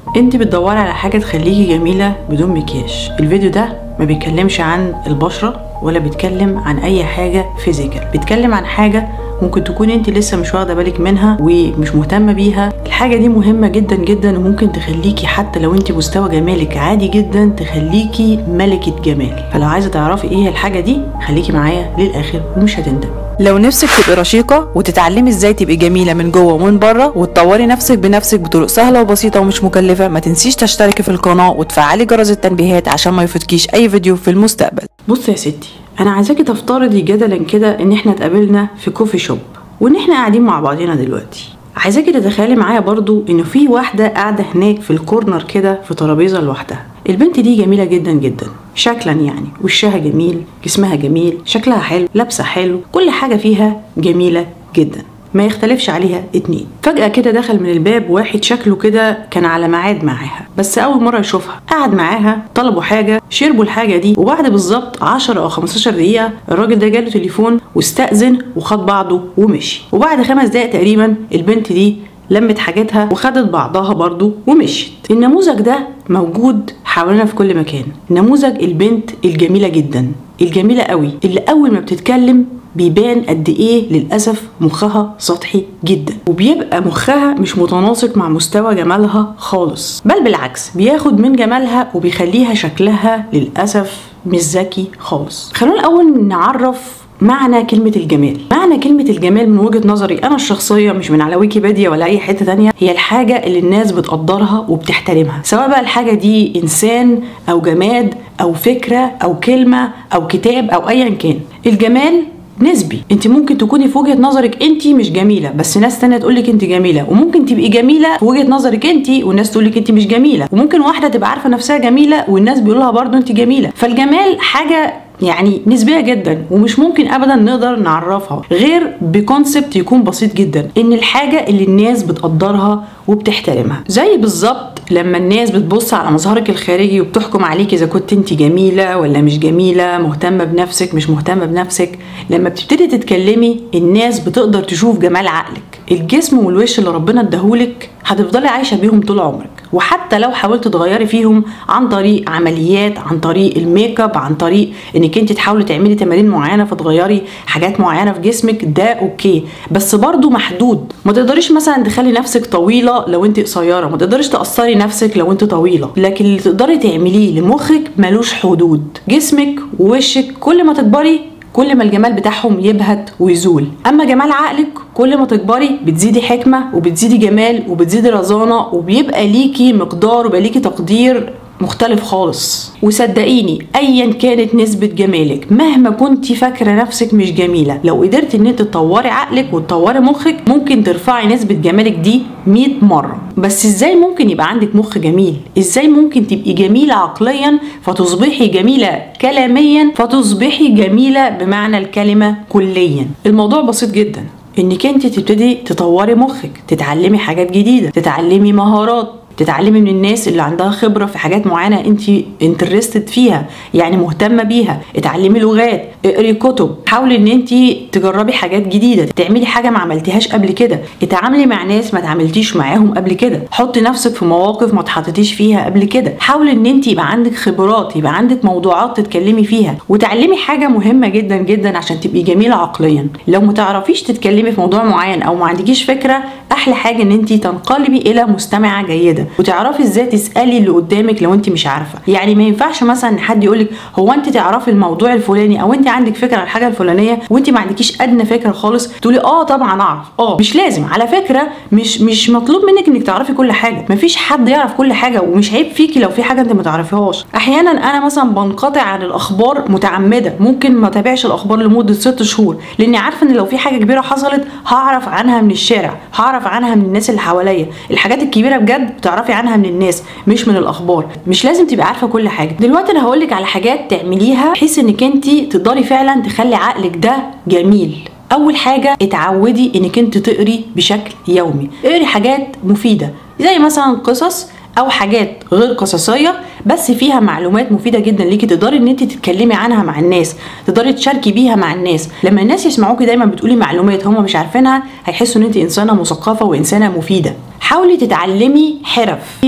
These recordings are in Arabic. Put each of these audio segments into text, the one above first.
انت بتدوري على حاجه تخليكي جميله بدون مكياج. الفيديو ده ما بيتكلمش عن البشره ولا بيتكلم عن اي حاجه فيزيكال، بيتكلم عن حاجه ممكن تكون انت لسه مش واخده بالك منها ومش مهتمه بيها. الحاجه دي مهمه جدا جدا وممكن تخليكي حتى لو انت مستوى جمالك عادي جدا تخليكي ملكه جمال. فلو عايزه تعرفي ايه هي الحاجه دي خليكي معايا للاخر ومش هتندمي. لو نفسك تبقي رشيقه وتتعلمي ازاي تبقي جميله من جوه ومن بره وتطوري نفسك بنفسك بطرق سهله وبسيطه ومش مكلفه، ما تنسيش تشتركي في القناه وتفعلي جرس التنبيهات عشان ما يفوتكيش اي فيديو في المستقبل. بصي يا ستي، انا عايزاكي تفترضي جدلا كده ان احنا اتقابلنا في كوفي شوب وان احنا قاعدين مع بعضنا دلوقتي. عايزاكي تتخيلي معايا برضو انه في واحده قاعده هناك في الكورنر كده في ترابيزه لوحدها. البنت دي جميله جدا جدا شكلا، يعني وشها جميل، جسمها جميل، شكلها حلو، لابسه حلو، كل حاجه فيها جميله جدا ما يختلفش عليها اتنين. فجأة كده دخل من الباب واحد شكله كده كان على ميعاد معاها، بس أول مرة يشوفها. قعد معاها، طلبوا حاجة، شربوا الحاجة دي، وبعد بالظبط 10 أو 15 دقيقة الراجل ده جاله تليفون واستأذن وخد بعضه ومشي. وبعد 5 دقايق تقريبا البنت دي لمت حاجاتها وخدت بعضها برضو ومشيت. النموذج ده موجود حوالينا في كل مكان، نموذج البنت الجميلة جدا، الجميلة قوي، اللي أول ما بتتكلم بيبان قد ايه للأسف مخها سطحي جدا، وبيبقى مخها مش متناسق مع مستوى جمالها خالص، بل بالعكس بياخد من جمالها وبيخليها شكلها للأسف مش ذكي خالص. خلونا الأول نعرف معنى كلمة الجمال. معنى كلمة الجمال من وجهة نظري أنا الشخصية، مش من على ويكيبيديا ولا أي حتة تانية، هي الحاجة اللي الناس بتقدرها وبتحترمها، سواء بقى الحاجة دي إنسان أو جماد أو فكرة أو كلمة أو كتاب أو أيا كان. الجمال نسبي، انت ممكن تكوني في وجهة نظرك انت مش جميلة بس ناس تانية تقولك انت جميلة، وممكن تبقي جميلة في وجهة نظرك انت والناس تقولك انت مش جميلة، وممكن واحدة تبقى عارفة نفسها جميلة والناس بيقولها برضو انت جميلة. فالجمال حاجة يعني نسبية جدا ومش ممكن ابدا نقدر نعرفها غير بكونسبت يكون بسيط جدا، ان الحاجة اللي الناس بتقدرها وبتحترمها. زي بالظبط لما الناس بتبص على مظهرك الخارجي وبتحكم عليك اذا كنت انت جميلة ولا مش جميلة، مهتمة بنفسك مش مهتمة بنفسك. لما بتبتدي تتكلمي الناس بتقدر تشوف جمال عقلك، الجسم والوش اللي ربنا اداهولك هتفضلي عايشة بيهم طول عمرك، وحتى لو حاولت تغيري فيهم عن طريق عمليات، عن طريق الميك اب، عن طريق انك انت تحاولي تعملي تمارين معينه فتغيري حاجات معينه في جسمك، ده اوكي بس برضو محدود. ما تقدريش مثلا تخلي نفسك طويله لو انت قصيره، ما تقدريش تقصري نفسك لو انت طويله، لكن اللي تقدري تعمليه لمخك ملوش حدود. جسمك ووشك كل ما تكبري كل ما الجمال بتاعهم يبهت ويزول، اما جمال عقلك كل ما تكبري بتزيدي حكمه وبتزيدي جمال وبتزيدي رزانه وبيبقى ليكي مقدار وبيبقى ليكي تقدير مختلف خالص. وصدقيني ايا كانت نسبة جمالك مهما كنتي فاكرة نفسك مش جميلة، لو قدرت ان انت تطوري عقلك وتطوري مخك ممكن ترفعي نسبة جمالك دي 100 مرة. بس ازاي ممكن يبقى عندك مخ جميل؟ ازاي ممكن تبقي جميلة عقليا فتصبحي جميلة كلاميا فتصبحي جميلة بمعنى الكلمة كليا؟ الموضوع بسيط جدا، انك انت تبتدي تطوري مخك، تتعلمي حاجات جديدة، تتعلمي مهارات، تتعلمي من الناس اللي عندها خبرة في حاجات معينة انت انترستد فيها، يعني مهتمة بيها، اتعلمي لغات، اقري كتب، حاولي ان انت تجربي حاجات جديدة، تعملي حاجة ما عملتيهاش قبل كده، اتعاملي مع ناس ما تعاملتيش معاهم قبل كده، حطي نفسك في مواقف ما اتحطيتيش فيها قبل كده، حاولي ان انت يبقى عندك خبرات، يبقى عندك موضوعات تتكلمي فيها، وتعلمي حاجة مهمة جدا جدا عشان تبقي جميلة عقليا. لو ما تعرفيش تتكلمي في موضوع معين او ما عندكيش فكرة، احلى حاجة ان انت تنقلبي الى مستمعة جيدة وتعرفي ازاي تسالي اللي قدامك لو انت مش عارفه. يعني ما ينفعش مثلا حد يقولك هو انت تعرفي الموضوع الفلاني او انت عندك فكره عن الحاجه الفلانيه وانت ما عندكيش ادنى فكره خالص، تقولي طبعا اعرف. مش لازم على فكره، مش مطلوب منك انك تعرفي كل حاجه، مفيش حد يعرف كل حاجه ومش عيب فيكي لو في حاجه انت ما تعرفيهاش. احيانا انا مثلا بنقطع عن الاخبار متعمده، ممكن ما تابعش الاخبار لمده 6 شهور لاني عارفه ان لو في حاجه كبيره حصلت هعرف عنها من الشارع، هعرف عنها من الناس اللي حواليا. الحاجات الكبيره بجد بتعرفي عنها من الناس مش من الاخبار، مش لازم تبقى عارفه كل حاجه. دلوقتي انا هقولك على حاجات تعمليها بحيث انك انت تقدري فعلا تخلي عقلك ده جميل. اول حاجه اتعودي انك انت تقري بشكل يومي، اقري حاجات مفيده زي مثلا قصص او حاجات غير قصصيه بس فيها معلومات مفيده جدا ليكي، تقدري ان انت تتكلمي عنها مع الناس، تقدري تشاركي بيها مع الناس. لما الناس يسمعوكي دايما بتقولي معلومات هم مش عارفينها هيحسوا ان انت انسانه مثقفه وانسانه مفيده. حاولي تتعلمي حرف،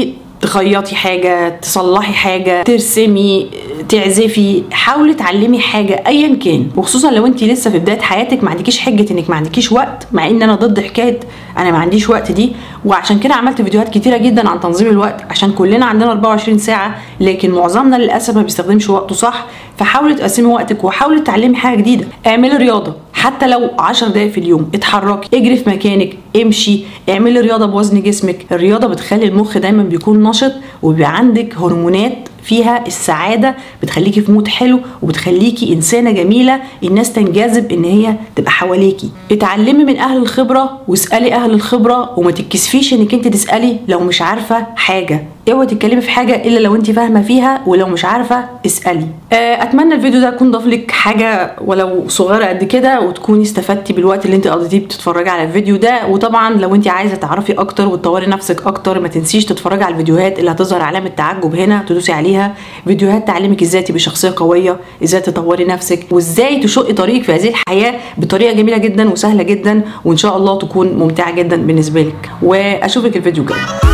تخيطي حاجه، تصلحي حاجه، ترسمي، تعزفي، حاولي تعلمي حاجه ايا كان. وخصوصا لو انت لسه في بدايه حياتك ما عندكيش حجه انك ما عندكيش وقت، مع ان انا ضد حكايه انا ما عنديش وقت دي. وعشان كده عملت فيديوهات كتيره جدا عن تنظيم الوقت، عشان كلنا عندنا 24 ساعه لكن معظمنا للاسف ما بيستخدمش وقته صح. فحاولي تقسمي وقتك وحاولي تتعلمي حاجه جديده. اعملي رياضه حتى لو 10 دقايق في اليوم، اتحركي، اجري في مكانك، امشي، اعملي رياضه بوزن جسمك. الرياضه بتخلي المخ دايما بيكون نشط وبيبقى عندك هرمونات فيها السعاده، بتخليكي في مود حلو وبتخليكي انسانه جميله الناس تنجذب ان هي تبقى حواليكي. اتعلمي من اهل الخبره واسالي اهل الخبره، وما تتكسفيش انك انت تسالي لو مش عارفه حاجه. اوعي تتكلمي في حاجه الا لو انت فاهمه فيها، ولو مش عارفه اسالي. اتمنى الفيديو ده يكون ضاف لك حاجه ولو صغيره قد كده، وتكوني استفدتي بالوقت اللي انت قضيتيه بتتفرجي على الفيديو ده. وطبعا لو انت عايزه تعرفي اكتر وتطوري نفسك اكتر، ما تنسيش تتفرجي على الفيديوهات اللي هتظهر علامه تعجب هنا، تدوسي عليها. فيديوهات تعلمك ازاي تبقي شخصيه قويه، ازاي تطوري نفسك، وازاي تشقي طريقك في هذه الحياه بطريقه جميله جدا وسهله جدا، وان شاء الله تكون ممتعه جدا بالنسبه لك. واشوفك الفيديو الجاي.